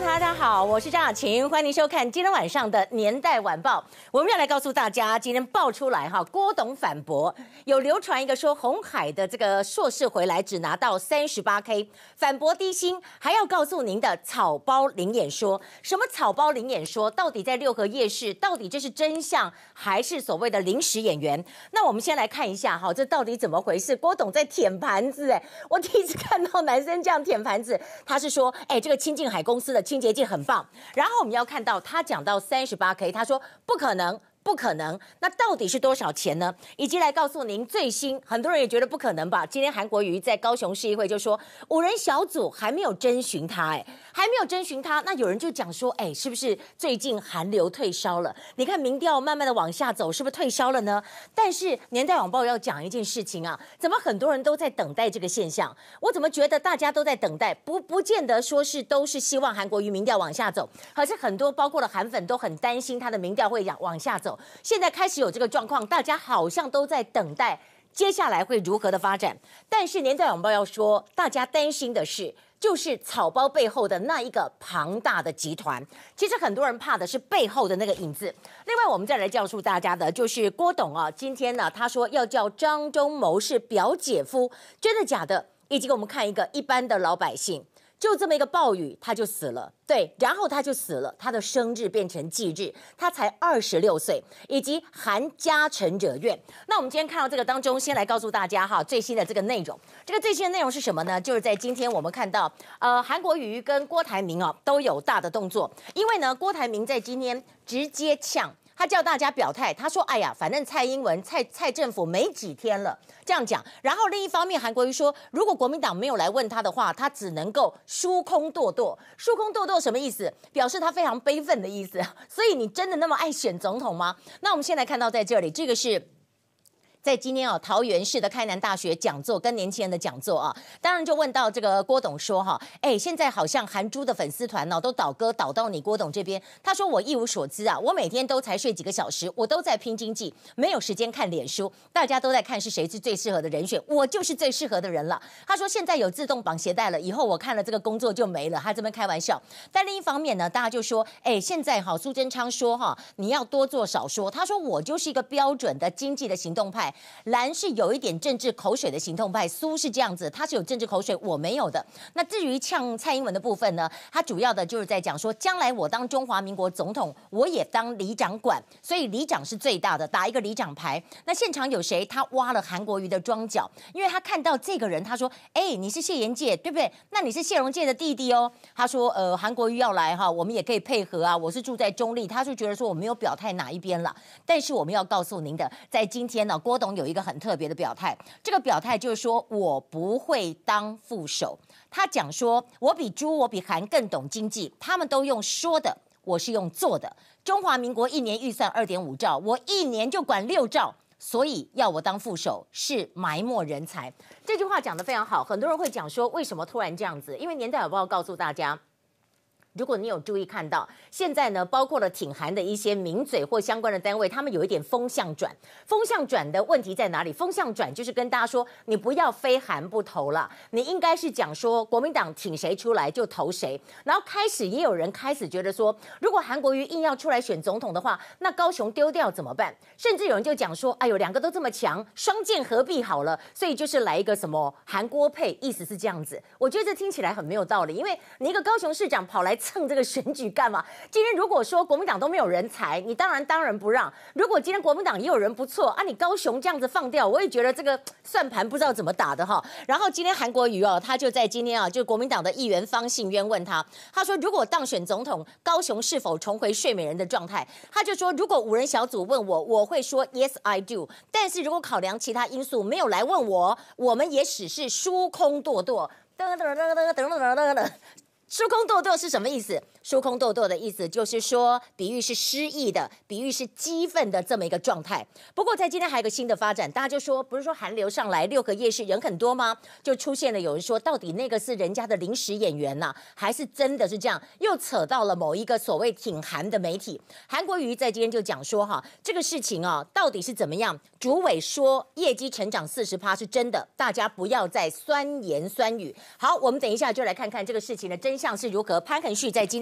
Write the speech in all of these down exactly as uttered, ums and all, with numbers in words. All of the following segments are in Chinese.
大家好，我是张雅琴，欢迎收看今天晚上的《年代晚报》。我们要来告诉大家，今天爆出来哈，郭董反驳，有流传一个说鸿海的这个硕士回来只拿到三十八 K， 反驳低薪，还要告诉您的草包零演说。什么草包零演说？到底在六合夜市，到底这是真相还是所谓的临时演员？那我们先来看一下哈，这到底怎么回事？郭董在舔盘子哎，我第一次看到男生这样舔盘子，他是说，哎，这个清境海公司的清洁剂很棒。然后我们要看到他讲到三十八 K， 他说不可能。不可能，那到底是多少钱呢？以及来告诉您最新，很多人也觉得不可能吧。今天韩国瑜在高雄市议会就说，五人小组还没有征询他，哎，还没有征询他。那有人就讲说，哎，是不是最近韩流退烧了？你看民调慢慢的往下走，是不是退烧了呢？但是年代晚报要讲一件事情啊，怎么很多人都在等待这个现象？我怎么觉得大家都在等待？不，不见得说是都是希望韩国瑜民调往下走，可是很多包括了韩粉都很担心他的民调会往下走。现在开始有这个状况，大家好像都在等待接下来会如何的发展。但是年代晚报要说，大家担心的是，就是草包背后的那一个庞大的集团。其实很多人怕的是背后的那个影子。另外，我们再来告诉大家的就是郭董啊，今天呢他说要叫张忠谋是表姐夫，真的假的？以及我们看一个一般的老百姓。就这么一个暴雨，他就死了，对，然后他就死了，他的生日变成忌日，他才二十六岁，以及含家臣惹怨。那我们今天看到这个当中，先来告诉大家哈最新的这个内容。这个最新的内容是什么呢？就是在今天我们看到，呃，韩国瑜跟郭台铭啊都有大的动作，因为呢，郭台铭在今天直接呛。他叫大家表态，他说：“哎呀，反正蔡英文、蔡蔡政府没几天了，这样讲。然后另一方面，韩国瑜说，如果国民党没有来问他的话，他只能够疏空堕堕。疏空堕堕什么意思？表示他非常悲愤的意思。所以你真的那么爱选总统吗？那我们先来看到在这里，这个是。”在今天啊，桃园市的开南大学讲座跟年轻人的讲座啊，当然就问到这个郭董说哈，哎，现在好像韩珠的粉丝团呢、哦、都倒戈倒到你郭董这边。他说我一无所知啊，我每天都才睡几个小时，我都在拼经济，没有时间看脸书，大家都在看是谁是最适合的人选，我就是最适合的人了。他说现在有自动绑鞋带了，以后我看了这个工作就没了。他这边开玩笑，但另一方面呢，大家就说，哎，现在哈苏贞昌说哈，你要多做少说。他说我就是一个标准的经济的行动派。蓝是有一点政治口水的行动派，苏是这样子，他是有政治口水，我没有的。那至于呛蔡英文的部分呢，他主要的就是在讲说，将来我当中华民国总统，我也当里长管，所以里长是最大的，打一个里长牌。那现场有谁？他挖了韩国瑜的庄脚，因为他看到这个人，他说：“哎，你是谢延介，对不对？那你是谢龙介的弟弟哦。”他说：“呃，韩国瑜要来哈，我们也可以配合啊。我是住在中立，他就觉得说我没有表态哪一边了。但是我们要告诉您的，在今天呢，郭董有一个很特别的表态，这个表态就是说我不会当副手。他讲说，我比朱，我比韩更懂经济，他们都用说的，我是用做的。中华民国一年预算二点五兆，我一年就管六兆。所以要我当副手是埋没人才。这句话讲得非常好，很多人会讲说为什么突然这样子？因为年代晚报告诉大家。如果你有注意看到，现在呢，包括了挺韩的一些名嘴或相关的单位，他们有一点风向转。风向转的问题在哪里？风向转就是跟大家说，你不要非韩不投了，你应该是讲说国民党挺谁出来就投谁。然后开始也有人开始觉得说，如果韩国瑜硬要出来选总统的话，那高雄丢掉怎么办？甚至有人就讲说，哎呦，两个都这么强，双剑合璧好了，所以就是来一个什么韩郭配，意思是这样子。我觉得这听起来很没有道理，因为你一个高雄市长跑来蹭这个选举干嘛？今天如果说国民党都没有人才，你当然当仁不让。如果今天国民党也有人不错啊，你高雄这样子放掉，我也觉得这个算盘不知道怎么打的哈。然后今天韩国瑜哦，他就在今天啊，就国民党的议员方信渊问他，他说如果当选总统，高雄是否重回睡美人的状态？他就说如果五人小组问我，我会说 Yes I do。但是如果考量其他因素没有来问我，我们也只是疏空堕堕。噔噔噔噔噔噔噔噔。疏空堕堕是什么意思？疏空堕堕的意思就是说，比喻是失意的，比喻是激愤的这么一个状态。不过在今天还有一个新的发展，大家就说，不是说韩流上来六合夜市人很多吗？就出现了有人说，到底那个是人家的临时演员呐、啊，还是真的是这样？又扯到了某一个所谓挺韩的媒体。韩国瑜在今天就讲说，哈，这个事情啊，到底是怎么样？主委说业绩成长 百分之四十 是真的，大家不要再酸言酸语。好，我们等一下就来看看这个事情的真相是如何。潘肯旭在今天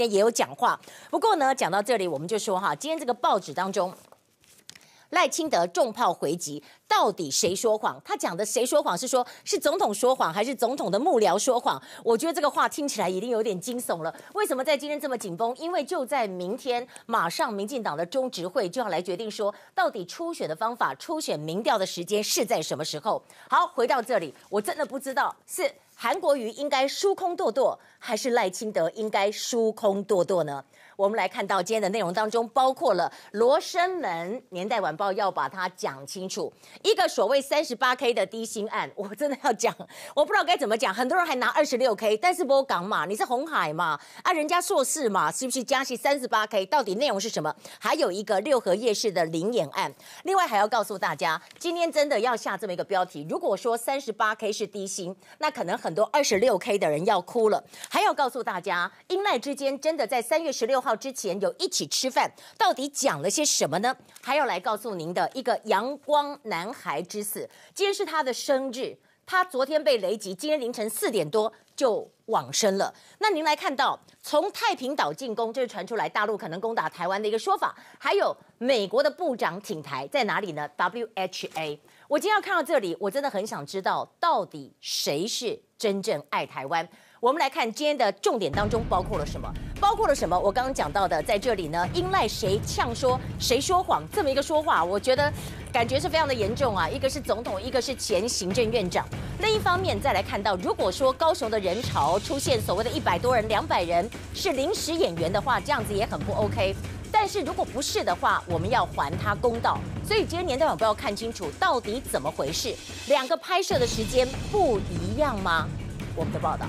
天也有讲话。不过呢，讲到这里我们就说哈，今天这个报纸当中。赖清德重炮回击，到底谁说谎？他讲的谁说谎是说，是总统说谎，还是总统的幕僚说谎？我觉得这个话听起来已经有点惊悚了。为什么在今天这么紧绷？因为就在明天，马上民进党的中执会就要来决定说，到底初选的方法、初选民调的时间是在什么时候？好，回到这里，我真的不知道是韩国瑜应该疏空堕堕，还是赖清德应该疏空堕堕呢？我们来看到今天的内容当中，包括了罗生门年代晚报要把它讲清楚，一个所谓三十八 K 的低薪案，我真的要讲，我不知道该怎么讲。很多人还拿二十六 K， 但是不港嘛，你是鸿海嘛，啊，人家硕士嘛，是不是加薪三十八 K？ 到底内容是什么？还有一个六合夜市的灵眼案，另外还要告诉大家，今天真的要下这么一个标题，如果说三十八 K 是低薪，那可能很多二十六 K 的人要哭了。还要告诉大家，英赖之间真的在三月十六号之前有一起吃饭，到底讲了些什么呢？还要来告诉您的一个阳光男孩之死，今天是他的生日，他昨天被雷击，今天凌晨四点多就往生了。那您来看到，从太平岛进攻，这是传出来大陆可能攻打台湾的一个说法，还有美国的部长挺台在哪里呢 ？W H A。我今天要看到这里，我真的很想知道，到底谁是真正爱台湾？我们来看今天的重点当中包括了什么？包括了什么？我刚刚讲到的，在这里呢，英赖谁呛说谁说谎这么一个说话，我觉得感觉是非常的严重啊。一个是总统，一个是前行政院长。另一方面，再来看到，如果说高雄的人潮出现所谓的一百多人、两百人是临时演员的话，这样子也很不 OK。但是如果不是的话，我们要还他公道。所以今天年代晚报要看清楚到底怎么回事，两个拍摄的时间不一样吗？我们的报道。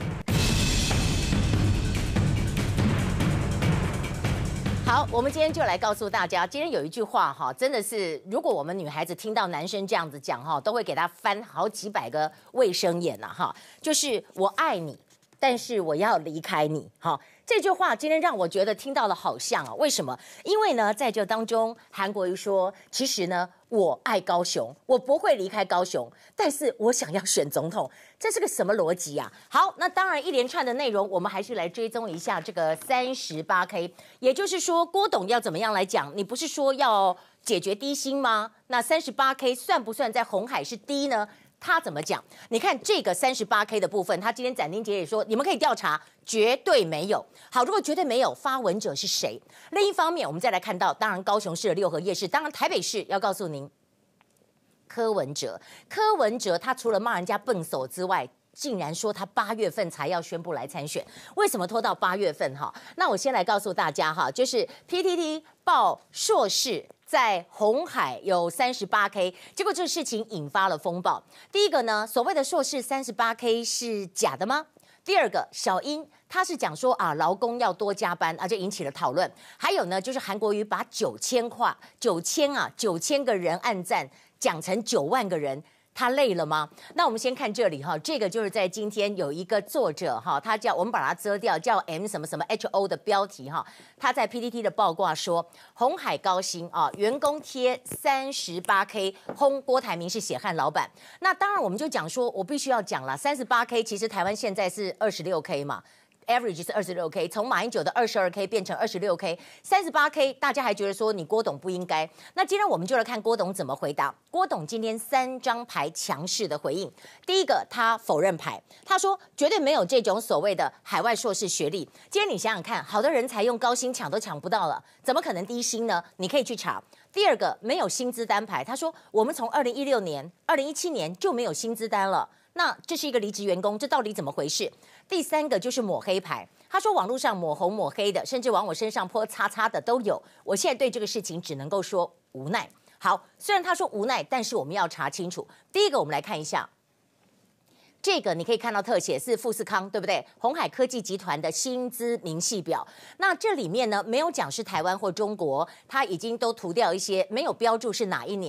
好，我们今天就来告诉大家，今天有一句话哈，真的是，如果我们女孩子听到男生这样子讲哈，都会给他翻好几百个卫生眼了哈。就是我爱你，但是我要离开你哈。这句话今天让我觉得听到了好像啊，为什么？因为呢，在这当中，韩国瑜说，其实呢，我爱高雄，我不会离开高雄，但是我想要选总统，这是个什么逻辑啊？好，那当然一连串的内容，我们还是来追踪一下这个三十八 K， 也就是说，郭董要怎么样来讲？你不是说要解决低薪吗？那三十八 K 算不算在鸿海是低呢？他怎么讲？你看这个三十八 K 的部分，他今天斩钉截铁说，你们可以调查，绝对没有。好，如果绝对没有，发文者是谁？另一方面，我们再来看到，当然高雄市的六合夜市，当然台北市要告诉您，柯文哲，柯文哲他除了骂人家笨手之外，竟然说他八月份才要宣布来参选，为什么拖到八月份？哈，那我先来告诉大家哈，就是 P T T 报硕士。在鸿海有三十八 K， 结果这事情引发了风暴。第一个呢，所谓的硕士三十八 K 是假的吗？第二个，小英她是讲说啊，劳工要多加班啊，就引起了讨论。还有呢，就是韩国瑜把九千块、九千啊、九千个人按赞讲成九万个人。他累了吗？那我们先看这里哈，这个就是在今天有一个作者哈，他叫我们把它遮掉，叫 M 什么什么 H O 的标题哈，他在 P T T 的报卦说，鸿海高薪啊，员工贴三十八 K， 轰郭台铭是血汗老板。那当然我们就讲说，我必须要讲了，三十八 K 其实台湾现在是二十六 K 嘛。average 是二十六 K， 从马英九的二十二 K 变成二十六 K， 三十八 K， 大家还觉得说你郭董不应该。那今天我们就来看郭董怎么回答。郭董今天三张牌强势的回应，第一个他否认牌，他说绝对没有这种所谓的海外硕士学历。今天你想想看，好的人才用高薪抢都抢不到了，怎么可能低薪呢？你可以去查。第二个没有薪资单牌，他说我们从二零一六年、二零一七年就没有薪资单了。那这是一个离职员工，这到底怎么回事？第三个就是抹黑牌，他说网络上抹红抹黑的，甚至往我身上泼叉叉的都有。我现在对这个事情只能够说无奈。好，虽然他说无奈，但是我们要查清楚。第一个，我们来看一下。这个你可以看到特写是富士康，对不对？鸿海科技集团的薪资明细表。那这里面呢，没有讲是台湾或中国，它已经都涂掉一些，没有标注是哪一年。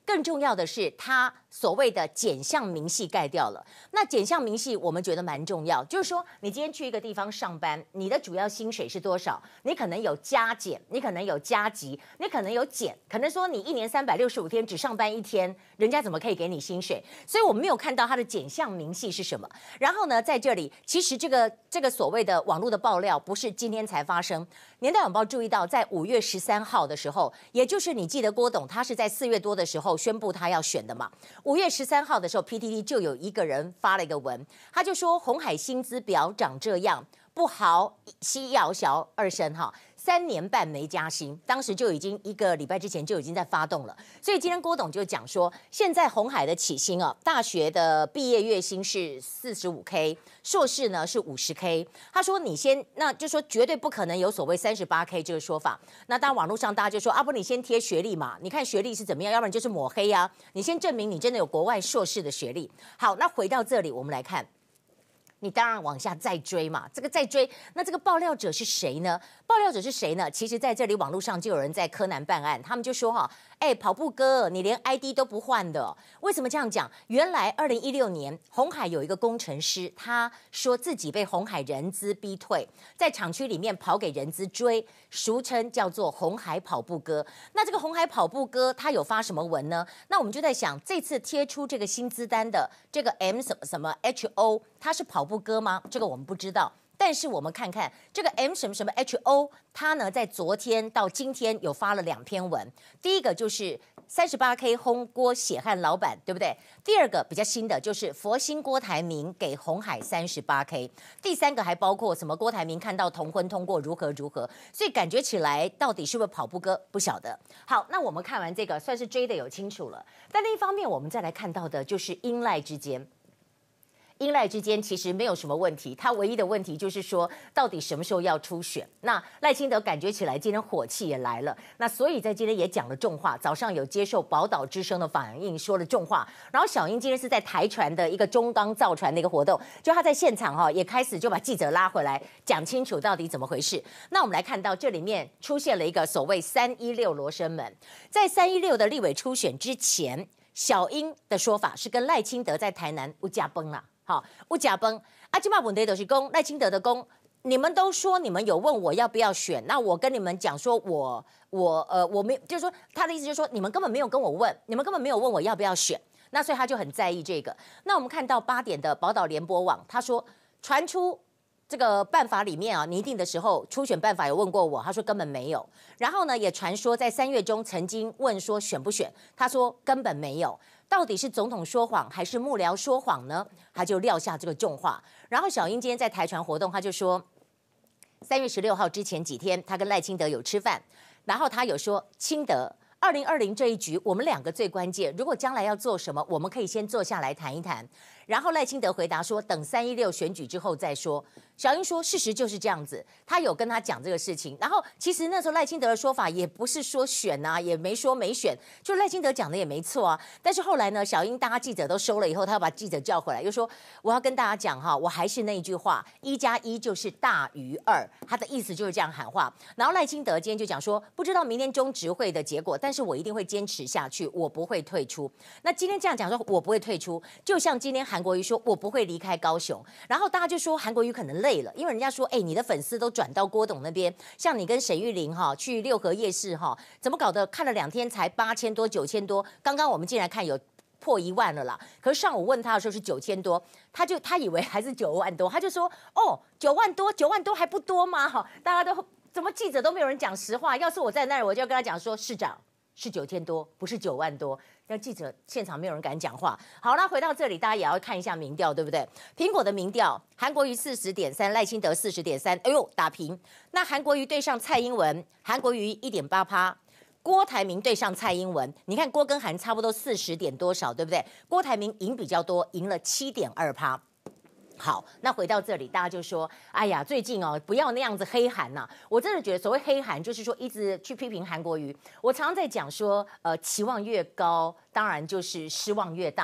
更重要的是它所谓的减项明细盖掉了。那减项明细我们觉得蛮重要，就是说你今天去一个地方上班，你的主要薪水是多少？你可能有加减，你可能有加级，你可能有减，可能说你一年三百六十五天只上班一天，人家怎么可以给你薪水？所以我们没有看到它的减项明细是什么。然后呢，在这里其实这个这个所谓的网络的爆料不是今天才发生。年代晚报注意到，在五月十三号的时候，也就是你记得郭董他是在四月多的时候宣布他要选的嘛。五月十三号的时候 ，P T T 就有一个人发了一个文，他就说鸿海薪资表长这样，不好西要小二声哈。三年半没加薪，当时就已经一个礼拜之前就已经在发动了。所以今天郭董就讲说，现在鸿海的起薪啊，大学的毕业月薪是四十五 K， 硕士呢是五十 K。他说你先，那就说绝对不可能有所谓三十八 K 这个说法。那当然网络上大家就说啊，不你先贴学历嘛，你看学历是怎么样，要不然就是抹黑啊。你先证明你真的有国外硕士的学历。好，那回到这里，我们来看。你当然往下再追嘛，这个再追，那这个爆料者是谁呢？爆料者是谁呢？其实在这里网络上就有人在柯南办案，他们就说哈，哎，跑步哥，你连 I D 都不换的，为什么这样讲？原来二零一六年鸿海有一个工程师，他说自己被鸿海人资逼退，在厂区里面跑给人资追，俗称叫做鸿海跑步哥。那这个鸿海跑步哥他有发什么文呢？那我们就在想，这次贴出这个薪资单的这个 M 什么什么 H O， 他是跑步哥吗？这个我们不知道。但是我们看看这个 M 什么什么 H O， 他呢在昨天到今天有发了两篇文。第一个就是三十八 K 轰锅血汗老板，对不对？第二个比较新的就是佛心郭台铭给鸿海三十八 K。第三个还包括什么郭台铭看到同婚通过如何如何，所以感觉起来到底是不是跑步哥不晓得。好，那我们看完这个算是追得有清楚了。但另一方面，我们再来看到的就是英赖之间。英赖之间其实没有什么问题，他唯一的问题就是说，到底什么时候要初选？那赖清德感觉起来今天火气也来了，那所以在今天也讲了重话，早上有接受宝岛之声的访问，说了重话。然后小英今天是在台船的一个中钢造船的一个活动，就他在现场哈、哦，也开始就把记者拉回来，讲清楚到底怎么回事。那我们来看到这里面出现了一个所谓三一六罗生门，在三一六的立委初选之前，小英的说法是跟赖清德在台南乌家崩了。好，不假崩。阿基玛本德都是公赖清德的公，你们都说你们有问我要不要选，那我跟你们讲说我我呃我没就是说他的意思就是说你们根本没有跟我问，你们根本没有问我要不要选，那所以他就很在意这个。那我们看到八点的宝岛联播网，他说传出这个办法里面啊拟定的时候，初选办法有问过我，他说根本没有。然后呢，也传说在三月中曾经问说选不选，他说根本没有。到底是总统说谎还是幕僚说谎呢？他就撂下这个重话。然后小英今天在台船活动，他就说，三月十六号之前几天，他跟赖清德有吃饭，然后他有说，清德二零二零这一局我们两个最关键，如果将来要做什么，我们可以先坐下来谈一谈。然后赖清德回答说，等三一六选举之后再说。小英说，事实就是这样子，他有跟他讲这个事情。然后其实那时候赖清德的说法也不是说选啊，也没说没选，就赖清德讲的也没错啊。但是后来呢，小英大家记者都收了以后，他要把记者叫回来，又说我要跟大家讲哈，我还是那一句话，一加一就是大于二，他的意思就是这样喊话。然后赖清德今天就讲说，不知道明天中执会的结果，但是我一定会坚持下去，我不会退出。那今天这样讲说，我不会退出，就像今天韩国瑜说，我不会离开高雄。然后大家就说韩国瑜可能累了，因为人家说，哎，你的粉丝都转到郭董那边，像你跟沈玉琳哈去六合夜市哈，怎么搞的？看了两天才八千多、九千多，刚刚我们进来看有破一万了啦。可是上午问他的时候是九千多，他就他以为还是九万多，他就说，哦，九万多，九万多还不多吗？哈，大家都怎么记者都没有人讲实话？要是我在那儿，我就要跟他讲说，市长是九千多，不是九万多。让记者现场没有人敢讲话。好，那回到这里，大家也要看一下民调，对不对？苹果的民调，韩国瑜四十点三，赖清德四十点三，哎呦，打平。那韩国瑜对上蔡英文，韩国瑜一点八趴。郭台铭对上蔡英文，你看郭跟韩差不多四十点多少，对不对？郭台铭赢比较多，赢了七点二趴。好，那回到这里，大家就说，哎呀，最近哦，不要那样子黑韩呐、啊。我真的觉得，所谓黑韩，就是说一直去批评韩国瑜。我常常在讲说，呃，期望越高，当然就是失望越大。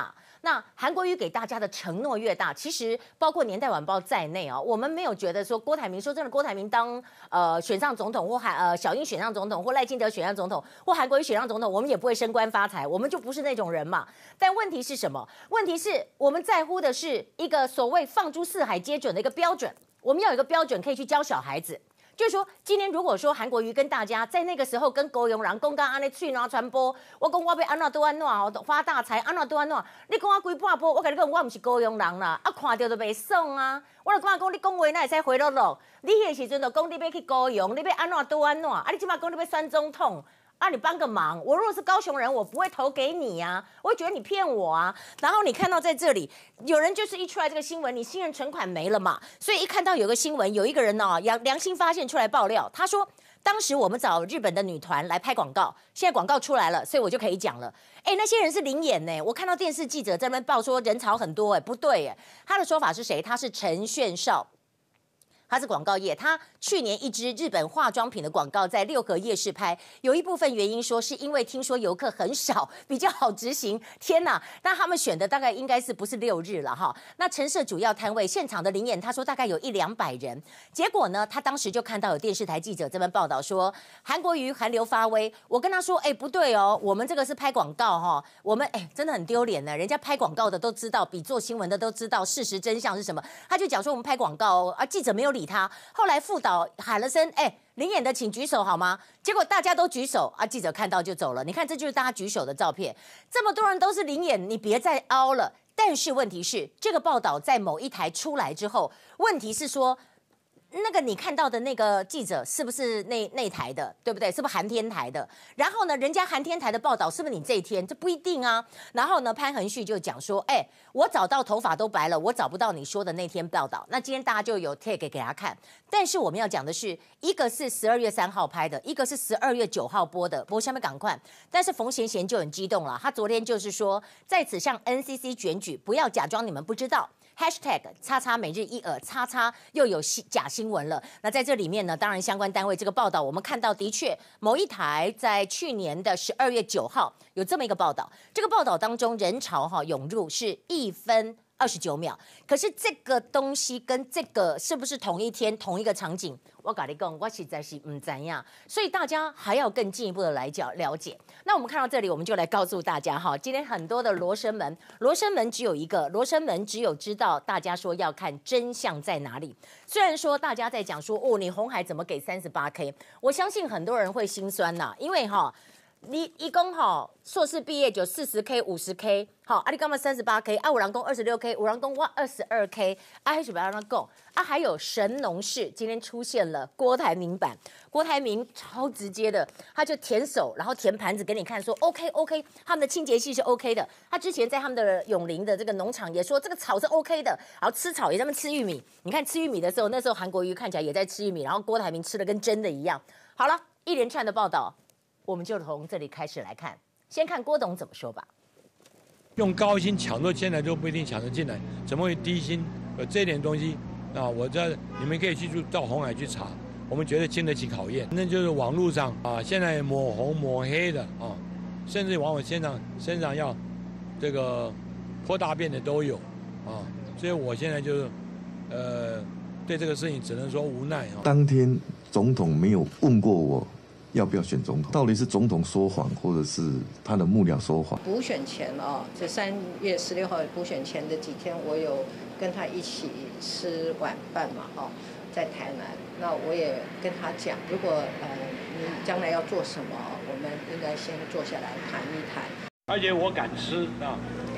那韩国瑜给大家的承诺越大，其实包括《年代晚报》在内啊，我们没有觉得说郭台铭说真的，郭台铭当呃选上总统或韩呃小英选上总统或赖清德选上总统或韩国瑜选上总统，我们也不会升官发财，我们就不是那种人嘛。但问题是什么？问题是我们在乎的是一个所谓放诸四海皆准的一个标准，我们要有一个标准可以去教小孩子。就是说，今天如果说韩国瑜跟大家在那个时候跟高雄人讲讲安尼嘴拿传播，我讲我要安怎都安怎哦，发大财安怎都安怎，你讲我规半波，我跟你讲我不是高雄人啦，啊看到就袂爽啊，我就感觉讲你讲话哪会使回落落，你迄个时阵就讲你要去高雄，你要安怎都安怎，啊你即马讲你要选总统。啊，你帮个忙！我如果是高雄人，我不会投给你啊，我会觉得你骗我啊。然后你看到在这里，有人就是一出来这个新闻，你信任存款没了嘛？所以一看到有个新闻，有一个人呢、哦，良良心发现出来爆料，他说当时我们找日本的女团来拍广告，现在广告出来了，所以我就可以讲了。哎，那些人是灵眼呢，我看到电视记者在那边报说人潮很多，哎，不对，哎，他的说法是谁？他是陈炫绍。他是广告业，他去年一支日本化妆品的广告在六合夜市拍，有一部分原因说是因为听说游客很少，比较好执行。天哪，那他们选的大概应该是不是六日了哈？那陈设主要摊位现场的灵眼，他说大概有一两百人。结果呢，他当时就看到有电视台记者这边报道说，韩国瑜韩流发威。我跟他说，哎，不对哦，我们这个是拍广告哈，我们哎真的很丢脸呢，人家拍广告的都知道，比做新闻的都知道事实真相是什么。他就讲说我们拍广告哦，啊记者没有理他。后来副导喊了声：“哎，灵眼的请举手好吗？”结果大家都举手啊，记者看到就走了。你看，这就是大家举手的照片。这么多人都是灵眼，你别再凹了。但是问题是，这个报道在某一台出来之后，问题是说，那个你看到的那个记者是不是那那台的，对不对？是不是韩天台的？然后呢，人家韩天台的报道是不是你这一天？这不一定啊。然后呢，潘恒旭就讲说，哎，我找到头发都白了，我找不到你说的那天报道。那今天大家就有 take 给他看。但是我们要讲的是，一个是十二月三号拍的，一个是十二月九号播的，播下面赶快。但是冯贤贤就很激动了，他昨天就是说，在此向 N C C 检举，不要假装你们不知道。hashtag 叉叉每日一耳叉叉又有假新闻了。那在这里面呢，当然相关单位这个报道，我们看到的确某一台在去年的十二月九号有这么一个报道，这个报道当中人潮哈涌入是一分二十九秒，可是这个东西跟这个是不是同一天同一个场景？我跟你讲，我实在是不知道，所以大家还要更进一步的来了解。那我们看到这里，我们就来告诉大家哈，今天很多的罗生门，罗生门只有一个，罗生门只有知道大家说要看真相在哪里。虽然说大家在讲说哦，你鸿海怎么给 三十八K， 我相信很多人会心酸呐，因为哈。你一共哈硕士毕业就四十 K、五十 K， 好，啊你干嘛三十八 K？ 啊，有人讲二十六 K， 有人讲我二十二 K， 啊，还是不要让他讲啊。还有神农氏今天出现了郭台铭版，郭台铭超直接的，他就舔手，然后舔盘子给你看说 OK OK， 他们的清洁系是 OK 的。他之前在他们的永林的这个农场也说这个草是 OK 的，然后吃草也在那边吃玉米。你看吃玉米的时候，那时候韩国瑜看起来也在吃玉米，然后郭台铭吃的跟真的一样。好了，一连串的报道。我们就从这里开始来看，先看郭董怎么说吧。 用高薪抢夺进来都不一定抢得进来，怎么会低薪？有这点东西啊，我这你们可以去到鸿海去查，我们觉得经得起考验。那就是网络上啊，现在抹红抹黑的啊，甚至往我身上身上要这个泼大便的都有啊，所以我现在就是呃，对这个事情只能说无奈啊。 当天总统没有问过我。要不要选总统？到底是总统说谎，或者是他的幕僚说谎？ 补选前哦，这三月十六号补选前的几天，我有跟他一起吃晚饭嘛，哦，在台南。那我也跟他讲，如果呃你将来要做什么，我们应该先坐下来谈一谈。 而且我敢吃啊！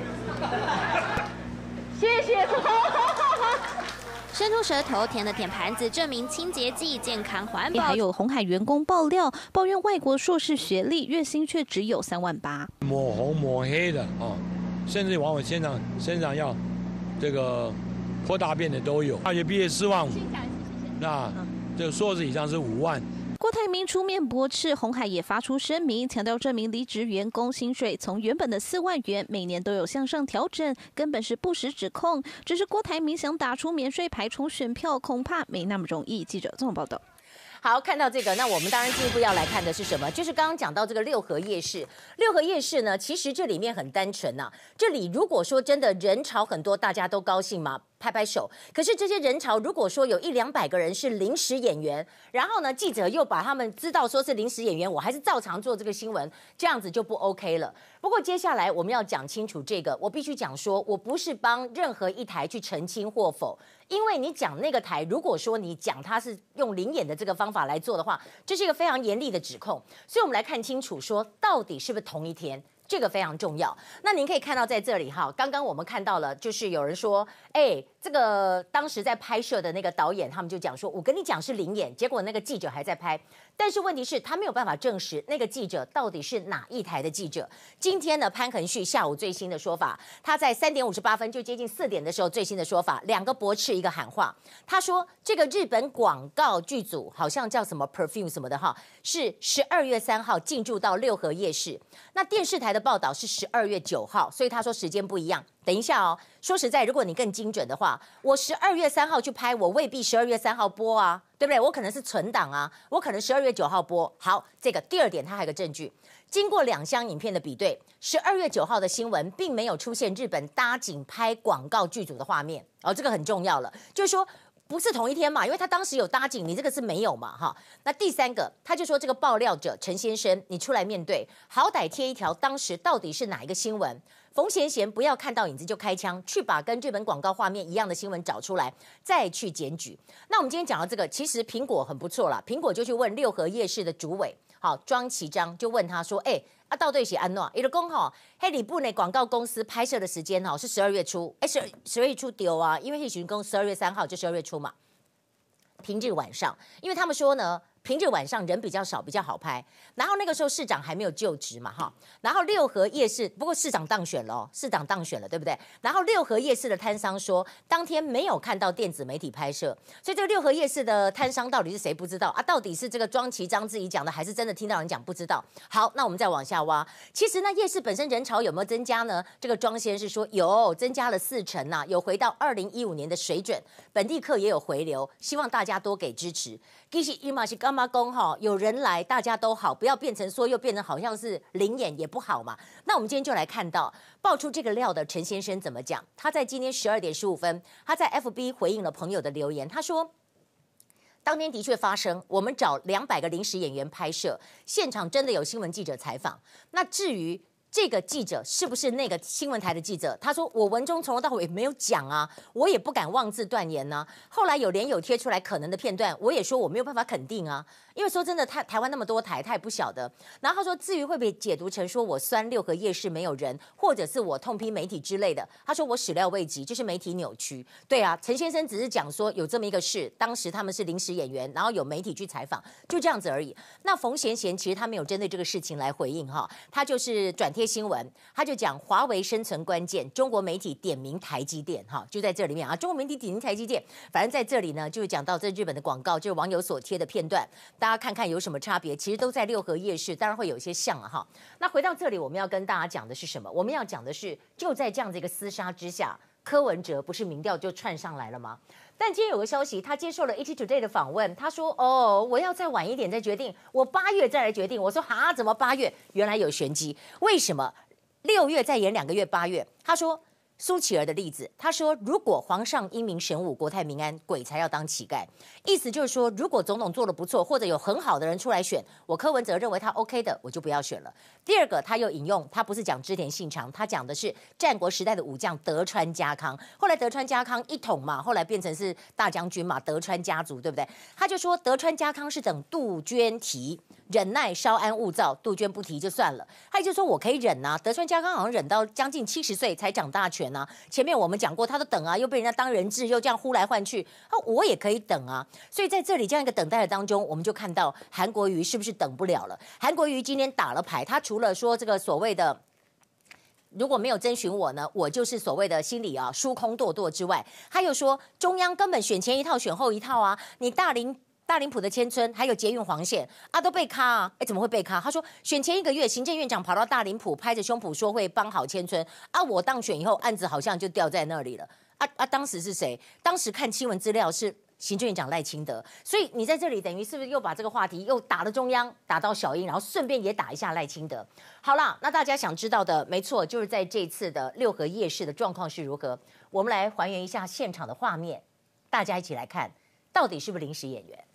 谢谢。 伸出舌头舔了舔盘子，证明清洁剂健康环保。还有鸿海员工爆料，抱怨外国硕士学历，月薪却只有三万八。 抹红抹黑的啊，甚至往我身上身上要这个泼大便的都有。大学毕业四万五，那这个硕士以上是五万。 郭台铭出面驳斥，鸿海也发出声明，强调这名离职员工薪水从原本的四万元，每年都有向上调整，根本是不实指控。只是郭台铭想打出免税牌冲选票，恐怕没那么容易。记者综合报道。 好，看到这个，那我们当然进一步要来看的是什么？就是刚刚讲到这个六合夜市。六合夜市呢，其实这里面很单纯呐、啊。这里如果说真的人潮很多，大家都高兴吗？拍拍手。可是这些人潮，如果说有一两百个人是临时演员，然后呢，记者又把他们知道说是临时演员，我还是照常做这个新闻，这样子就不 OK 了。不过接下来我们要讲清楚这个，我必须讲说，我不是帮任何一台去澄清或否。因为你讲那个台，如果说你讲他是用临演的这个方法来做的话，这是一个非常严厉的指控。所以我们来看清楚，说到底是不是同一天，这个非常重要。那您可以看到在这里哈，刚刚我们看到了，就是有人说，哎，这个当时在拍摄的那个导演，他们就讲说，我跟你讲是临演，结果那个记者还在拍。但是问题是，他没有办法证实那个记者到底是哪一台的记者。今天呢，潘恒旭下午最新的说法，他在三点五十八分就接近四点的时候最新的说法，两个驳斥一个喊话。他说，这个日本广告剧组好像叫什么 Perfume 什么的哈，是十二月三号进驻到六合夜市。那电视台的报道是十二月九号，所以他说时间不一样。等一下哦，说实在，如果你更精准的话，我十二月三号去拍，我未必十二月三号播啊，对不对？我可能是存档啊，我可能十二月九号播。好，这个第二点，它还有个证据，经过两箱影片的比对，十二月九号的新闻并没有出现日本搭景拍广告剧组的画面，哦，这个很重要了，就是说。不是同一天嘛，因为他当时有搭景，你这个是没有嘛，哈。那第三个，他就说这个爆料者陈先生，你出来面对，好歹贴一条当时到底是哪一个新闻。冯贤贤不要看到影子就开枪，去把跟日本广告画面一样的新闻找出来，再去检举。那我们今天讲到这个，其实苹果很不错啦，苹果就去问六合夜市的主委，好庄其章就问他说，哎、欸。啊，到底是安怎？伊就讲吼，黑里部内广告公司拍摄的时间哈是十二月初，哎十十二月初丢啊，因为黑巡公十二月三号就十二月初嘛，平日晚上，因为他们说呢。平日晚上人比较少，比较好拍。然后那个时候市长还没有就职嘛，哈。然后六合夜市，不过市长当选了、哦，市长当选了，对不对？然后六合夜市的摊商说，当天没有看到电子媒体拍摄，所以这个六合夜市的摊商到底是谁不知道啊？到底是这个庄其章自己讲的，还是真的听到人讲不知道？好，那我们再往下挖。其实呢，夜市本身人潮有没有增加呢？这个庄先是说有，增加了四成呐、啊，有回到二零一五年的水准，本地客也有回流，希望大家多给支持。其实伊嘛是干嘛讲哈？有人来，大家都好，不要变成说又变成好像是灵眼也不好嘛。那我们今天就来看到爆出这个料的陈先生怎么讲。他在今天十二点十五分，他在 F B 回应了朋友的留言，他说。当天的确发生，我们找两百个临时演员拍摄，现场真的有新闻记者采访。那至于这个记者是不是那个新闻台的记者？他说我文中从头到尾没有讲啊，我也不敢妄自断言呢、啊。后来有连友贴出来可能的片段，我也说我没有办法肯定啊，因为说真的，台台湾那么多台，他也不晓得。然后他说，至于会被解读成说我酸六合夜市没有人，或者是我痛批媒体之类的，他说我始料未及，就是媒体扭曲。对啊，陈先生只是讲说有这么一个事，当时他们是临时演员，然后有媒体去采访，就这样子而已。那冯贤贤其实他没有针对这个事情来回应哈，他就是转贴新闻，他就讲华为生存关键，中国媒体点名台积电哈，就在这里面啊，中国媒体点名台积电，反正在这里呢，就讲到这日本的广告，就是网友所贴的片段，大家看看有什么差别，其实都在六合夜市，当然会有一些像啊哈。那回到这里，我们要跟大家讲的是什么？我们要讲的是，就在这样的一个厮杀之下，柯文哲不是民调就窜上来了吗？但今天有个消息，他接受了 E T Today 的访问，他说：“哦，我要再晚一点再决定，我八月再来决定。”我说：“哈，怎么八月？原来有玄机，为什么？”六月再延两个月，八月，他说苏乞儿的例子，他说如果皇上英明神武，国泰民安，鬼才要当乞丐。意思就是说，如果总统做得不错，或者有很好的人出来选，我柯文哲认为他 OK 的，我就不要选了。第二个，他又引用，他不是讲织田信长，他讲的是战国时代的武将德川家康。后来德川家康一统嘛，后来变成是大将军嘛，德川家族，对不对？他就说德川家康是等杜鹃提。忍耐稍安勿躁，杜鹃不提就算了。他就说我可以忍啊，德川家康好像忍到将近七十岁才掌大权啊。前面我们讲过，他都等啊，又被人家当人质，又这样呼来唤去，啊，我也可以等啊。所以在这里这样一个等待的当中，我们就看到韩国瑜是不是等不了了？韩国瑜今天打了牌，他除了说这个所谓的。如果没有征询我呢，我就是所谓的心里啊疏空堕堕之外，他又说中央根本选前一套选后一套啊，你大林。大林埔的千村还有捷运黄线啊都被卡啊，哎怎么会被卡？他说选前一个月，行政院长跑到大林埔，拍着胸脯说会帮好千村啊，我当选以后案子好像就掉在那里了啊啊！当时是谁？当时看新闻资料是行政院长赖清德，所以你在这里等于是不是又把这个话题又打了中央，打到小英，然后顺便也打一下赖清德？好啦，那大家想知道的，没错，就是在这次的六合夜市的状况是如何，我们来还原一下现场的画面，大家一起来看，到底是不是临时演员？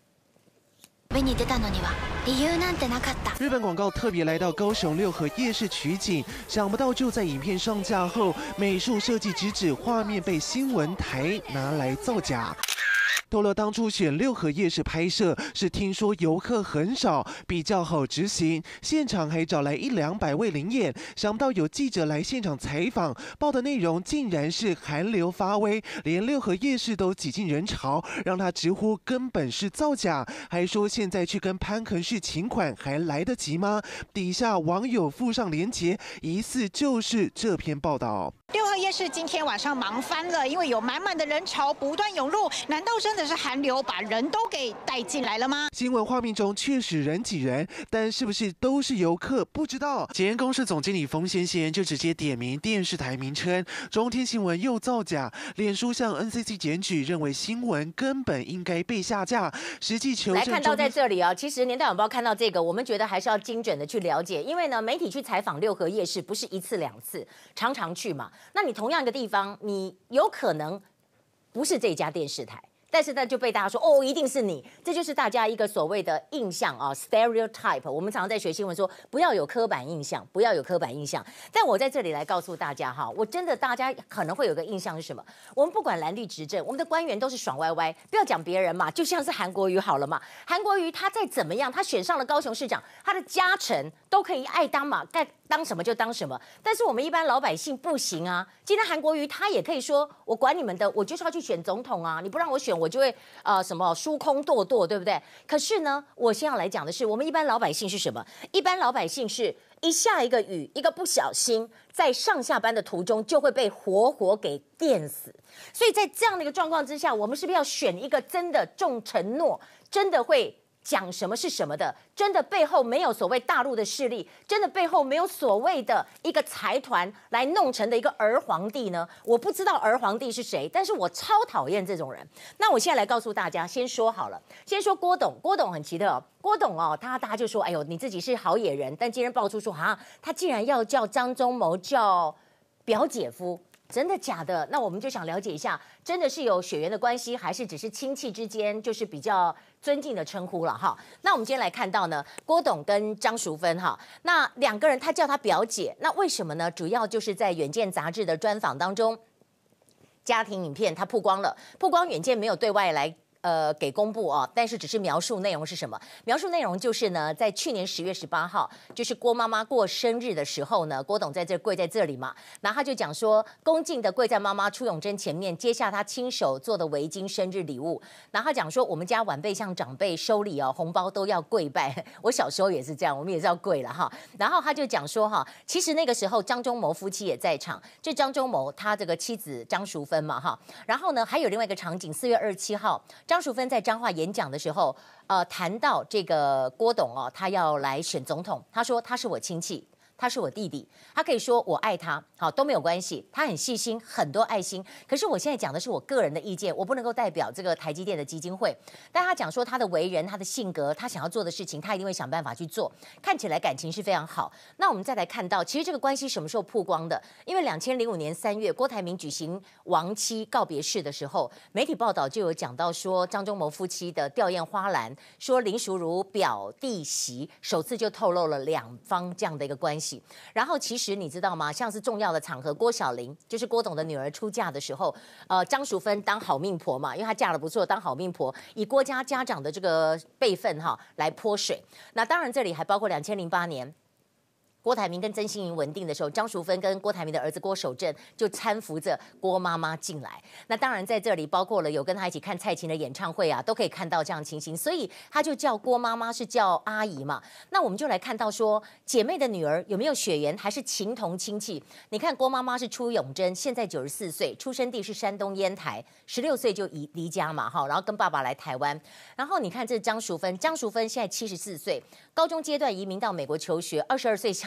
日本广告特别来到高雄六合夜市取景，想不到就在影片上架后，美术设计直指画面被新闻台拿来造假。透露当初选六合夜市拍摄，是听说游客很少，比较好执行。现场还找来一两百位灵演，想不到有记者来现场采访，报的内容竟然是寒流发威，连六合夜市都挤进人潮，让他直呼根本是造假，还说现在去跟潘肯旭请款还来得及吗？底下网友附上连结，疑似就是这篇报道。 六合夜市今天晚上忙翻了，因为有满满的人潮不断涌入，难道真的是寒流把人都给带进来了吗？ 新闻画面中确实人挤人，但是不是都是游客不知道。检验公司总经理冯贤贤就直接点名电视台名称，中天新闻又造假，脸书向 N C C 检举，认为新闻根本应该被下架。实际求证来看到在这里啊，其实年代晚报看到这个，我们觉得还是要精准的去了解，因为呢，媒体去采访六合夜市不是一次两次，常常去嘛。那你同样一个地方，你有可能不是这家电视台，但是呢就被大家说哦，一定是你，这就是大家一个所谓的印象啊 ，stereotype。我们常常在学新闻说，不要有刻板印象，不要有刻板印象。但我在这里来告诉大家哈，我真的大家可能会有个印象是什么？我们不管蓝绿执政，我们的官员都是爽歪歪，不要讲别人嘛，就像是韩国瑜好了嘛，韩国瑜他再怎么样，他选上了高雄市长，他的家臣都可以爱当嘛，该当什么就当什么。但是我们一般老百姓不行啊。今天韩国瑜他也可以说，我管你们的，我就是要去选总统啊，你不让我选，我就会呃什么疏空堕堕，对不对？可是呢，我先要来讲的是，我们一般老百姓是什么？一般老百姓是一下一个雨，一个不小心，在上下班的途中就会被活活给电死。所以在这样的一个状况之下，我们是不是要选一个真的重承诺，真的会讲什么是什么的，真的背后没有所谓大陆的势力，真的背后没有所谓的一个财团来弄成的一个儿皇帝呢？我不知道儿皇帝是谁，但是我超讨厌这种人。那我现在来告诉大家，先说好了，先说郭董，郭董很奇特哦，郭董哦，他大家就说，哎呦，你自己是好野人，但今天爆出说，哈，他竟然要叫张忠谋叫表姐夫。真的假的？那我们就想了解一下，真的是有血缘的关系，还是只是亲戚之间就是比较尊敬的称呼了哈？那我们今天来看到呢，郭董跟张淑芬哈，那两个人他叫他表姐，那为什么呢？主要就是在《远见》杂志的专访当中，家庭影片他曝光了，曝光《远见》没有对外来。呃，给公布哦，但是只是描述内容是什么？描述内容就是呢，在去年十月十八号，就是郭妈妈过生日的时候呢，郭董在这跪在这里嘛，然后他就讲说，恭敬的跪在妈妈初永贞前面，接下他亲手做的围巾生日礼物。然后他讲说，我们家晚辈向长辈收礼哦，红包都要跪拜。我小时候也是这样，我们也是要跪了哈。然后他就讲说哈，其实那个时候张忠谋夫妻也在场，这张忠谋他这个妻子张淑芬嘛哈。然后呢，还有另外一个场景，四月二十七号。张淑芬在彰化演讲的时候，呃，谈到这个郭董哦，他要来选总统，他说他是我亲戚，他是我弟弟，他可以说我爱他，好都没有关系，他很细心，很多爱心。可是我现在讲的是我个人的意见，我不能够代表这个台积电的基金会。但他讲说他的为人、他的性格、他想要做的事情，他一定会想办法去做。看起来感情是非常好。那我们再来看到，其实这个关系什么时候曝光的？因为两千零五年三月，郭台铭举行亡妻告别式的时候，媒体报道就有讲到说，张忠谋夫妻的吊唁花篮，说林淑如表弟媳，首次就透露了两方这样的一个关系。然后其实你知道吗？像是重要的场合，郭小玲就是郭董的女儿出嫁的时候，呃，张淑芬当好命婆嘛，因为她嫁得不错，当好命婆，以郭家家长的这个辈分哈来泼水。那当然这里还包括两千零八年。郭台铭跟曾馨莹稳定的时候，张淑芬跟郭台铭的儿子郭守正就搀扶着郭妈妈进来。那当然在这里包括了有跟他一起看蔡琴的演唱会啊，都可以看到这样的情形。所以他就叫郭妈妈是叫阿姨嘛。那我们就来看到说，姐妹的女儿有没有血缘，还是情同亲戚？你看郭妈妈是初永贞，现在九十四岁，出生地是山东烟台，十六岁就移离家嘛，哈，然后跟爸爸来台湾。然后你看这是张淑芬，张淑芬现在七十四岁，高中阶段移民到美国求学，二十二岁相。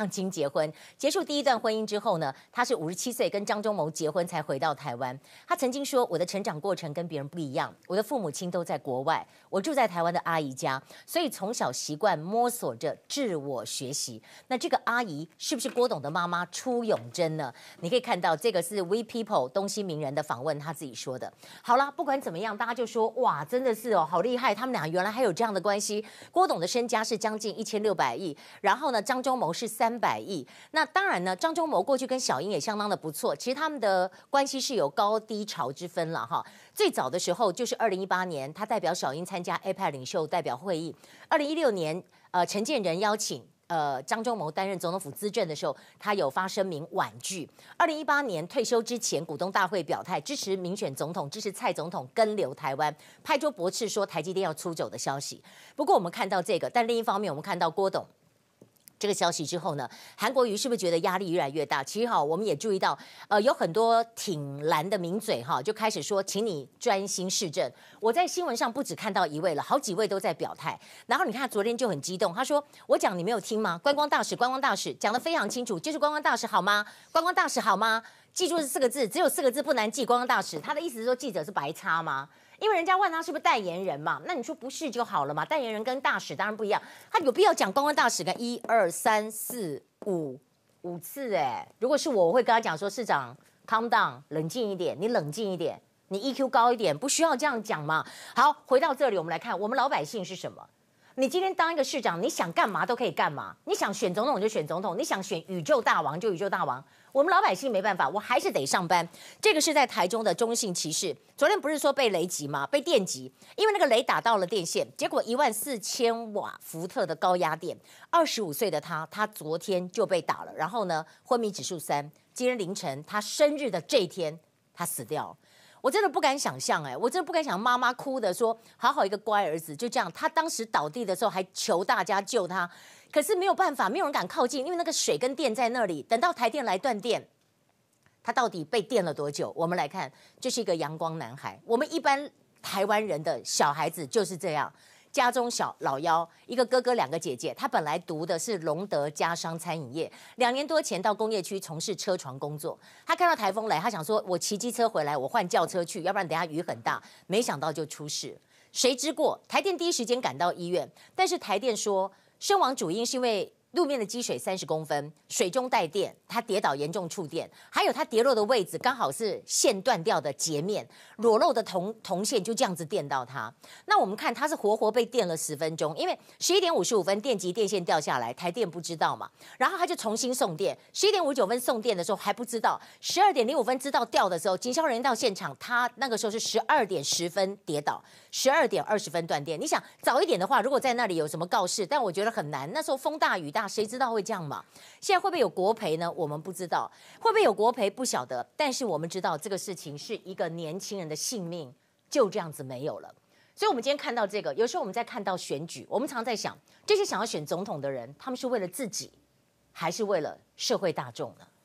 相亲结婚，结束第一段婚姻之后呢，他是五十七岁跟张忠谋结婚才回到台湾。他曾经说：“我的成长过程跟别人不一样，我的父母亲都在国外，我住在台湾的阿姨家，所以从小习惯摸索着自我学习。”那这个阿姨是不是郭董的妈妈初永贞呢？你可以看到这个是 We People 东西名人的访问，他自己说的。好啦，不管怎么样，大家就说哇，真的是哦，好厉害，他们俩原来还有这样的关系。郭董的身家是将近一千六百亿，然后呢，张忠谋是三百亿。那当然呢，张忠谋过去跟小英也相当的不错，其实他们的关系是有高低潮之分了哈。最早的时候就是二零一八年，他代表小英参加 A P E C 领袖代表会议。二零一六年，呃，陈建仁邀请。呃，张忠谋担任总统府资政的时候，他有发声明婉拒。二零一八年退休之前，股东大会表态支持民选总统，支持蔡总统跟留台湾，拍桌驳斥说台积电要出走的消息。不过我们看到这个，但另一方面，我们看到郭董。这个消息之后呢，韩国瑜是不是觉得压力越来越大？其实哈，我们也注意到，呃，有很多挺蓝的名嘴哈，就开始说，请你专心市政。我在新闻上不只看到一位了，好几位都在表态。然后你看他昨天就很激动，他说：“我讲你没有听吗？观光大使，观光大使讲得非常清楚，就是观光大使好吗？观光大使好吗？记住这四个字，只有四个字不难记。观光大使，他的意思是说记者是白差吗？”因为人家问他是不是代言人嘛，那你说不是就好了嘛。代言人跟大使当然不一样，他有必要讲观光大使个一二三四五五次哎。如果是我，我会跟他讲说，市长 calm down， 冷静一点，你冷静一点，你 E Q 高一点，不需要这样讲嘛。好，回到这里，我们来看我们老百姓是什么。你今天当一个市长，你想干嘛都可以干嘛，你想选总统就选总统，你想选宇宙大王就宇宙大王。我们老百姓没办法，我还是得上班。这个是在台中的中信骑士，昨天不是说被雷击吗？被电击，因为那个雷打到了电线，结果一万四千瓦伏特的高压电，二十五岁的他，他昨天就被打了，然后呢，昏迷指数三，今天凌晨他生日的这一天，他死掉了。我真的不敢想象，哎，我真的不敢想，妈妈哭的说，好好一个乖儿子，就这样。他当时倒地的时候还求大家救他，可是没有办法，没有人敢靠近，因为那个水跟电在那里。等到台电来断电，他到底被电了多久？我们来看，这是一个阳光男孩。我们一般台湾人的小孩子就是这样。家中小老幺，一个哥哥，两个姐姐。他本来读的是隆德家商餐饮业，两年多前到工业区从事车床工作。他看到台风来，他想说：“我骑机车回来，我换轿车去，要不然等下雨很大。”没想到就出事。谁知过台电第一时间赶到医院，但是台电说身亡主因是因为路面的积水三十公分，水中带电，他跌倒严重触电，还有他跌落的位置刚好是线断掉的截面，裸露的铜铜线就这样子电到他。那我们看他是活活被电了十分钟，因为十一点五十五分电极电线掉下来，台电不知道嘛，然后他就重新送电，十一点五十九分送电的时候还不知道，十二点零五分知道掉的时候，警消人员到现场，他那个时候是十二点十分跌倒，十二点二十分断电。你想早一点的话，如果在那里有什么告示，但我觉得很难，那时候风大雨大。谁知道会这样嘛？现在会不会有国赔呢？我们不知道，会不会有国赔不晓得。但是我们知道这个事情是一个年轻人的性命就这样子没有了。所以，我们今天看到这个，有时候我们在看到选举，我们常在想，这些想要选总统的人，他们是为了自己，还是为了社会大众呢？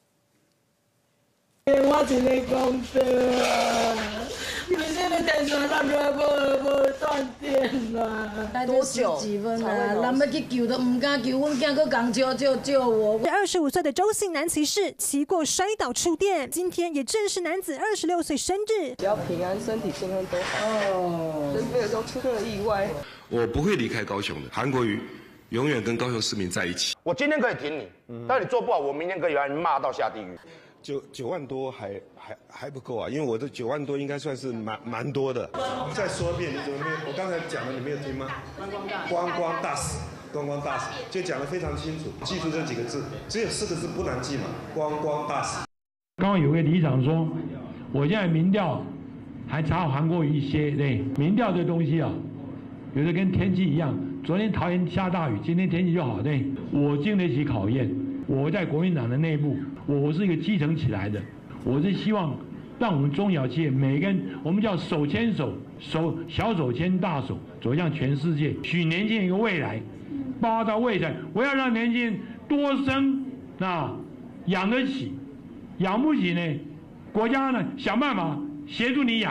我一个公司啊，你们现在电线那边无无断电啦？ 多久？ 几分啊？人要去救都唔敢救，阮囝佫讲救救救我。 二十五岁的周姓男骑士骑过摔倒触电，今天也正是男子二十六岁生日。 只要平安、身体健康都好。哦，人没有都出了意外。 我不会离开高雄的，韩国瑜永远跟高雄市民在一起。 我今天可以挺你，嗯、但你做不好，我明天可以把你骂到下地狱。 九九万多还还还不够啊，因为我的九万多应该算是蛮蛮多的。再说一遍，你怎么没有？我刚才讲了，你没有听吗？观光大使，观光大使就讲得非常清楚，记住这几个字，只有四个字不难记嘛，观光大使。 刚刚有位里长说，我现在民调还查好韩国瑜一些，对，民调这东西啊，有的跟天气一样，昨天桃园下大雨，今天天气就好，对，我经得起考验。我在国民党的内部，我是一个基层起来的，我是希望让我们中小企业每个人，我们叫手牵手，手小手牵大手，走向全世界，许年轻人一个未来，包括到未来，我要让年轻人多生，那养得起，养不起呢，国家呢想办法协助你养。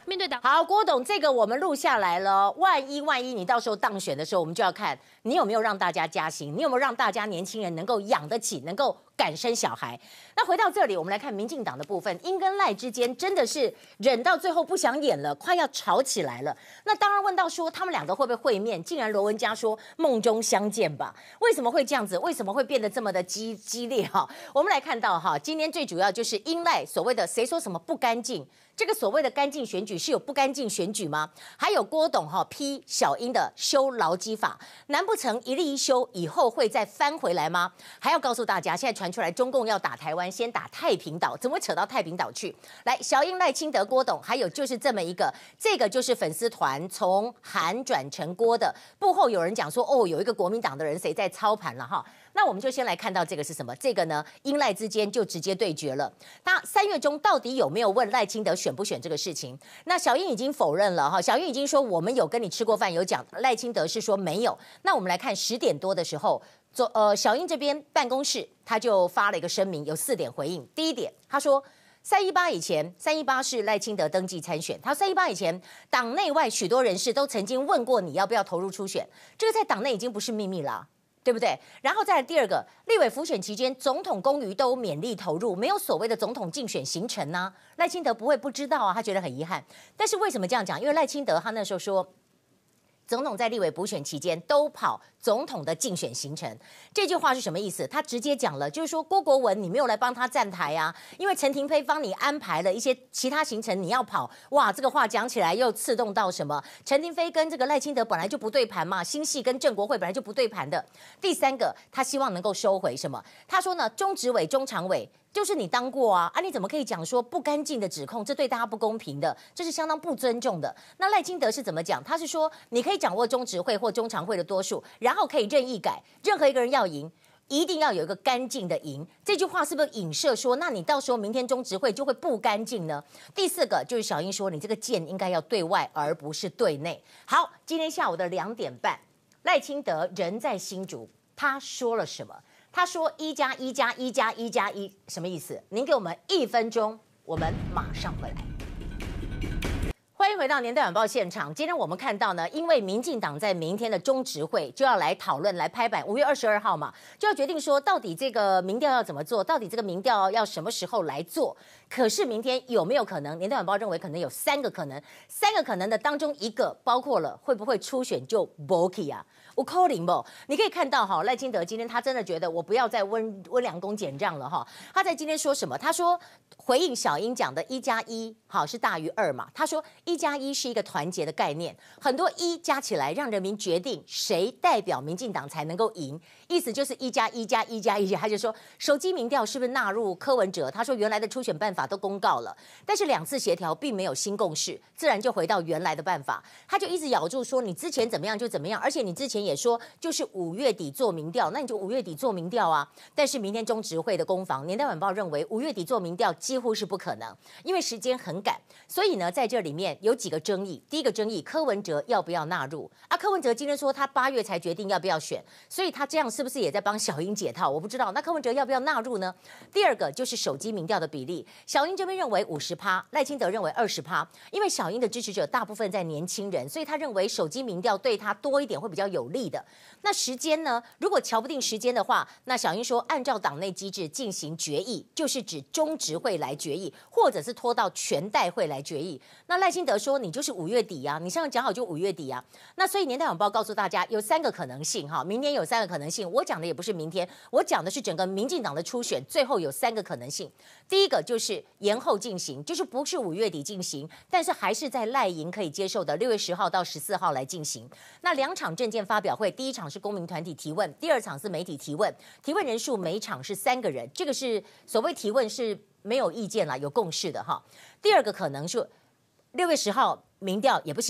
面对党好，郭董，这个我们录下来了。万一万一你到时候当选的时候，我们就要看你有没有让大家加薪，你有没有让大家年轻人能够养得起，能够敢生小孩。那回到这里，我们来看民进党的部分，英跟赖之间真的是忍到最后不想演了，快要吵起来了。那当然问到说他们两个会不会会面，竟然罗文嘉说梦中相见吧？为什么会这样子？为什么会变得这么的激激烈哈？我们来看到哈，今天最主要就是英赖所谓的谁说什么不干净。这个所谓的干净选举是有不干净选举吗？还有郭董哈批小英的修劳基法，难不成一例一修以后会再翻回来吗？还要告诉大家，现在传出来中共要打台湾，先打太平岛，怎么会扯到太平岛去？来，小英、赖清德、郭董，还有就是这么一个，这个就是粉丝团从韩转成郭的，幕后有人讲说，哦，有一个国民党的人谁在操盘了哈。那我们就先来看到这个是什么？这个呢，英赖之间就直接对决了。那三月中到底有没有问赖清德选不选这个事情？那小英已经否认了哈，小英已经说我们有跟你吃过饭，有讲。赖清德是说没有。那我们来看十点多的时候，做呃小英这边办公室他就发了一个声明，有四点回应。第一点，他说。三一八以前，三一八是赖清德登记参选。他三一八以前，党内外许多人士都曾经问过你要不要投入初选，这个在党内已经不是秘密啦。对不对？然后再来第二个，立委辅选期间，总统公余都勉力投入，没有所谓的总统竞选行程呢、啊。赖清德不会不知道啊，他觉得很遗憾。但是为什么这样讲？因为赖清德他那时候说，总统在立委补选期间都跑总统的竞选行程，这句话是什么意思？他直接讲了，就是说郭国文你没有来帮他站台啊，因为陈亭妃帮你安排了一些其他行程，你要跑，哇，这个话讲起来又刺痛到什么？陈亭妃跟这个赖清德本来就不对盘嘛，新系跟郑国会本来就不对盘的。第三个，他希望能够收回什么？他说呢，中执委、中常委。就是你当过啊，啊你怎么可以讲说不干净的指控？这对大家不公平的，这是相当不尊重的。那赖清德是怎么讲？他是说你可以掌握中执会或中常会的多数，然后可以任意改，任何一个人要赢，一定要有一个干净的赢。这句话是不是影射说，那你到时候明天中执会就会不干净呢？第四个就是小英说，你这个剑应该要对外而不是对内。好，今天下午的两点半，赖清德人在新竹，他说了什么？他说一加一加一加一加一什么意思？您给我们一分钟，我们马上回来。欢迎回到年代晚报现场。今天我们看到呢，因为民进党在明天的中执会就要来讨论、来拍板，五月二十二号嘛，就要决定说到底这个民调要怎么做，到底这个民调要什么时候来做。可是明天有没有可能？年代晚报认为可能有三个可能，三个可能的当中一个包括了会不会初选就没去啊？我扣零不？你可以看到哈，赖清德今天他真的觉得我不要再温温良恭俭让了哈。他在今天说什么？他说回应小英讲的一加一好是大于二嘛。他说一加一是一个团结的概念，很多一加起来让人民决定谁代表民进党才能够赢，意思就是一加一加一加一。他就说手机民调是不是纳入柯文哲？他说原来的初选办法都公告了，但是两次协调并没有新共识，自然就回到原来的办法。他就一直咬住说你之前怎么样就怎么样，而且你之前也说就是五月底做民调，那你就五月底做民调啊。但是明天中执会的攻防，年代晚报认为五月底做民调几乎是不可能，因为时间很赶。所以呢，在这里面有几个争议。第一个争议，柯文哲要不要纳入啊？柯文哲今天说他八月才决定要不要选，所以他这样是不是也在帮小英解套？我不知道。那柯文哲要不要纳入呢？第二个就是手机民调的比例，小英这边认为五十趴，赖清德认为二十趴，因为小英的支持者大部分在年轻人，所以他认为手机民调对他多一点会比较有利的。那时间呢？如果瞧不定时间的话，那小英说按照党内机制进行决议，就是指中执会来决议，或者是拖到全代会来决议。那赖清德说你就是五月底啊，你上次讲好就五月底啊。那所以年代晚报告诉大家有三个可能性哈，明年有三个可能性。我讲的也不是明天，我讲的是整个民进党的初选，最后有三个可能性。第一个就是延后进行，就是不是五月底进行，但是还是在赖营可以接受的六月十号到十四号来进行。那两场政见发表会，第一场是公民团体提问，第二场是媒体提问，提问人数每场是三个人，这个是所谓提问是没有意见啦，有共识的哈。第二个可能是六月十号民调也不行，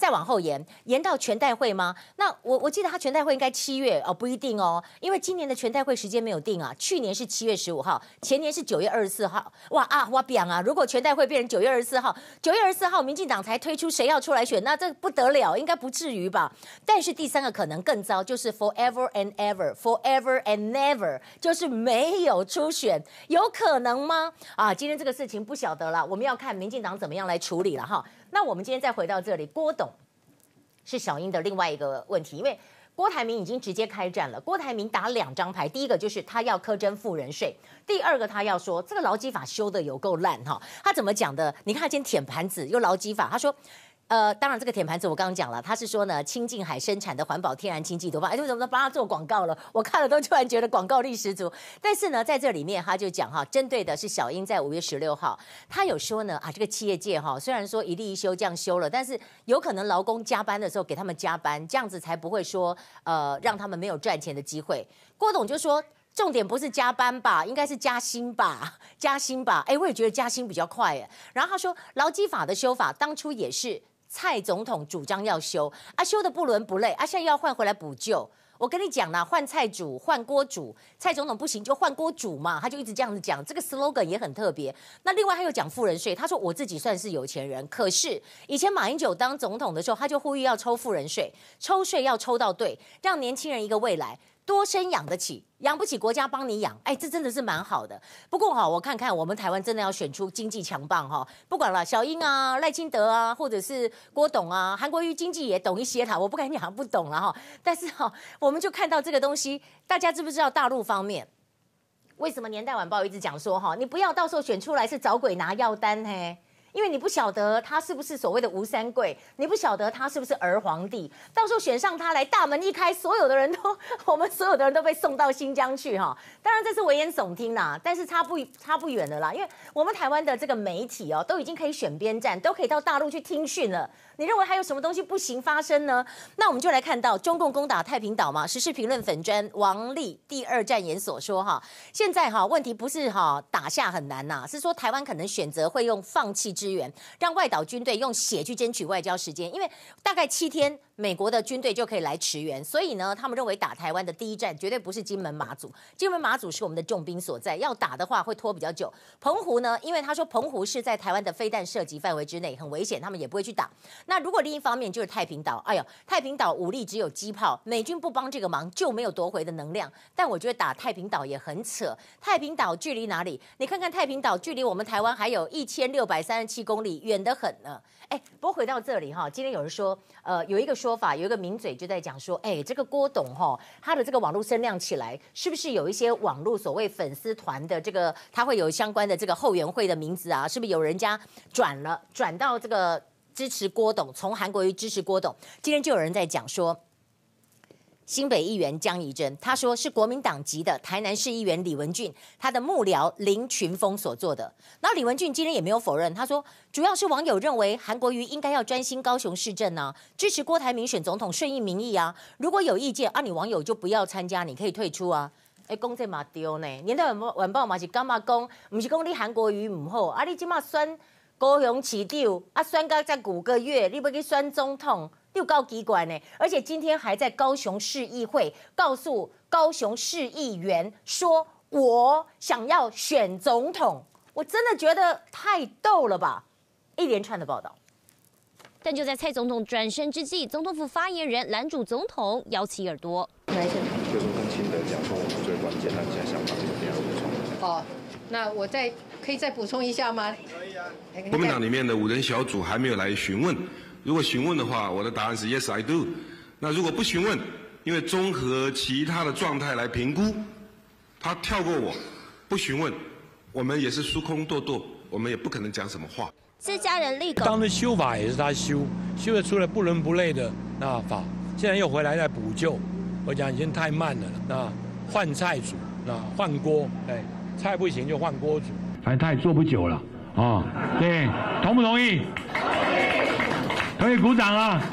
再往后延，延到全代会吗？那我我记得他全代会应该七月哦，不一定哦，因为今年的全代会时间没有定啊。去年是七月十五号，前年是九月二十四号。哇啊，我讲啊，如果全代会变成九月二十四号，九月二十四号民进党才推出谁要出来选，那这不得了，应该不至于吧？但是第三个可能更糟，就是 forever and ever，forever and never， 就是没有初选，有可能吗？啊，今天这个事情不晓得了，我们要看民进党怎么样来处理了哈。那我们今天再回到这里，郭董是小英的另外一个问题，因为郭台铭已经直接开战了。郭台铭打两张牌，第一个就是他要苛征富人税，第二个他要说这个劳基法修的有够烂哈。他怎么讲的？你看他今天舔盘子用劳基法，他说。呃，当然，这个舔盘子我刚刚讲了，他是说呢，亲近海生产的环保天然氢气多棒，哎，为什么都帮他做广告了？我看了都突然觉得广告力十足。但是呢，在这里面他就讲哈，针对的是小英在五月十六号，他有说呢啊，这个企业界哈，虽然说一例一休这样休了，但是有可能劳工加班的时候给他们加班，这样子才不会说呃让他们没有赚钱的机会。郭董就说。重点不是加班吧，应该是加薪吧，加薪吧。哎，我也觉得加薪比较快哎。然后他说，劳基法的修法当初也是蔡总统主张要修，啊，修的不伦不类，啊，现在要换回来补救。我跟你讲啦，换蔡主换郭主，蔡总统不行就换郭主嘛，他就一直这样子讲，这个 slogan 也很特别。那另外他又讲富人税，他说我自己算是有钱人，可是以前马英九当总统的时候，他就呼吁要抽富人税，抽税要抽到对，让年轻人一个未来。多生养得起，养不起国家帮你养，哎，这真的是蛮好的。不过哈，我看看我们台湾真的要选出经济强棒哈，不管了小英啊、赖清德啊，或者是郭董啊，韩国瑜经济也懂一些啦，我不敢讲不懂了哈。但是哈，我们就看到这个东西，大家知不知道大陆方面为什么年代晚报一直讲说哈，你不要到时候选出来是找鬼拿药单嘿。因为你不晓得他是不是所谓的吴三桂，你不晓得他是不是儿皇帝，到时候选上他来，大门一开，所有的人都，我们所有的人都被送到新疆去哈。当然这是危言耸听啦，但是差不差不远了啦，因为我们台湾的这个媒体哦，都已经可以选边站，都可以到大陆去听讯了。你认为还有什么东西不行发生呢？那我们就来看到中共攻打太平岛嘛，时事评论粉专王立第二战言所说哈，现在哈问题不是哈打下很难呐、啊，是说台湾可能选择会用放弃支援，让外岛军队用血去争取外交时间，因为大概七天。美国的军队就可以来驰援，所以呢，他们认为打台湾的第一站绝对不是金门马祖，金门马祖是我们的重兵所在，要打的话会拖比较久。澎湖呢，因为他说澎湖是在台湾的飞弹射击范围之内，很危险，他们也不会去打。那如果另一方面就是太平岛，哎呦，太平岛武力只有机炮，美军不帮这个忙就没有夺回的能量。但我觉得打太平岛也很扯，太平岛距离哪里？你看看太平岛距离我们台湾还有一千六百三十七公里，远得很呢。哎，不过回到这里哈，今天有人说，呃，有一个说法，有一个名嘴就在讲说，哎，这个郭董哈，他的这个网络声量起来，是不是有一些网络所谓粉丝团的这个，他会有相关的这个后援会的名字啊？是不是有人家转了，转到这个支持郭董，从韩国瑜支持郭董？今天就有人在讲说。新北议员江宜臻，他说是国民党籍的台南市议员李文俊，他的幕僚林群峰所做的。然后李文俊今天也没有否认，他说主要是网友认为韩国瑜应该要专心高雄市政啊，支持郭台铭选总统，顺应民意啊。如果有意见啊，你网友就不要参加，你可以退出啊。哎，讲这嘛对呢，年代晚报嘛是干嘛讲，不是讲你韩国瑜唔好，啊你即马选高雄市长，啊选到才五个月，你要去选总统。又高机关呢，而且今天还在高雄市议会告诉高雄市议员说，我想要选总统，我真的觉得太逗了吧！一连串的报道。 但就在蔡总统转身之际，总统府发言人拦住总统，摇起耳朵。 就是很轻的讲说，我们最关键，那你现在想法怎么样补充？ 哦，那我再可以再补充一下吗？可以啊。 国民党里面的五人小组还没有来询问。如果询问的话，我的答案是 yes I do。那如果不询问，因为综合其他的状态来评估，他跳过我，不询问，我们也是疏空堕堕，我们也不可能讲什么话。 自家人立狗， 当时修法也是他修，修得出来不伦不类的那法，现在又回来再补救，我讲已经太慢了。那换菜煮，那换锅，哎，菜不行就换锅煮， 反正他也做不久了啊、哦。对，同不同意？可以鼓掌啊！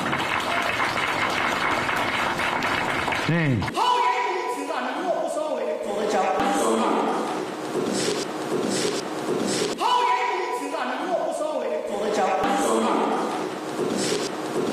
对。 抛言无耻啊！你若不收尾，走着瞧。抛言无耻啊！你若不收尾，走着瞧。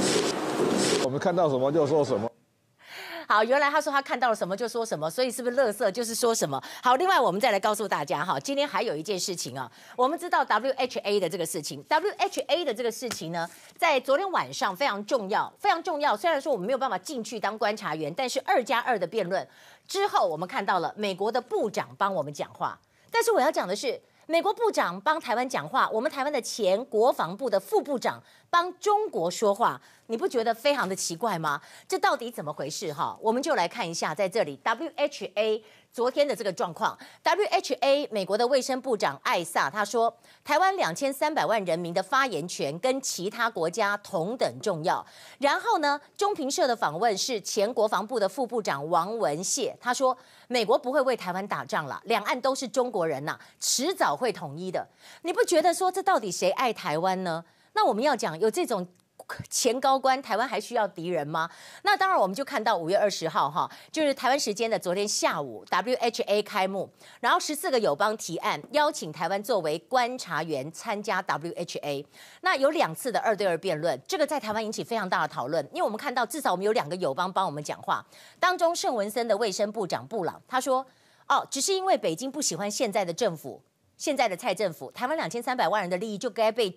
看到什么就说什么。 好，原来他说他看到了什么就说什么，所以是不是垃圾就是说什么？好，另外我们再来告诉大家哈，今天还有一件事情啊，我们知道 W H A 的这个事情 ，W H A 的这个事情呢，在昨天晚上非常重要，非常重要。虽然说我们没有办法进去当观察员，但是二加二的辩论之后，我们看到了美国的部长帮我们讲话，但是我要讲的是。美国部长帮台湾讲话，我们台湾的前国防部的副部长帮中国说话，你不觉得非常的奇怪吗？这到底怎么回事？哈，我们就来看一下，在这里 W H A 昨天的这个状况。W H A 美国的卫生部长艾萨他说，台湾两千三百万人民的发言权跟其他国家同等重要。然后呢，中评社的访问是前国防部的副部长王文谢，他说，美国不会为台湾打仗啦，两岸都是中国人呐，迟早会统一的。你不觉得说这到底谁爱台湾呢？那我们要讲有这种前高官，台湾还需要敌人吗？那当然，我们就看到五月二十号哈，就是台湾时间的昨天下午 ，W H A 开幕，然后十四个友邦提案邀请台湾作为观察员参加 W H A。那有两次的二对二辩论，这个在台湾引起非常大的讨论，因为我们看到至少我们有两个友邦帮我们讲话，当中圣文森的卫生部长布朗他说，哦，只是因为北京不喜欢现在的政府。现在的蔡政府，台湾两千三百万人的利益就该被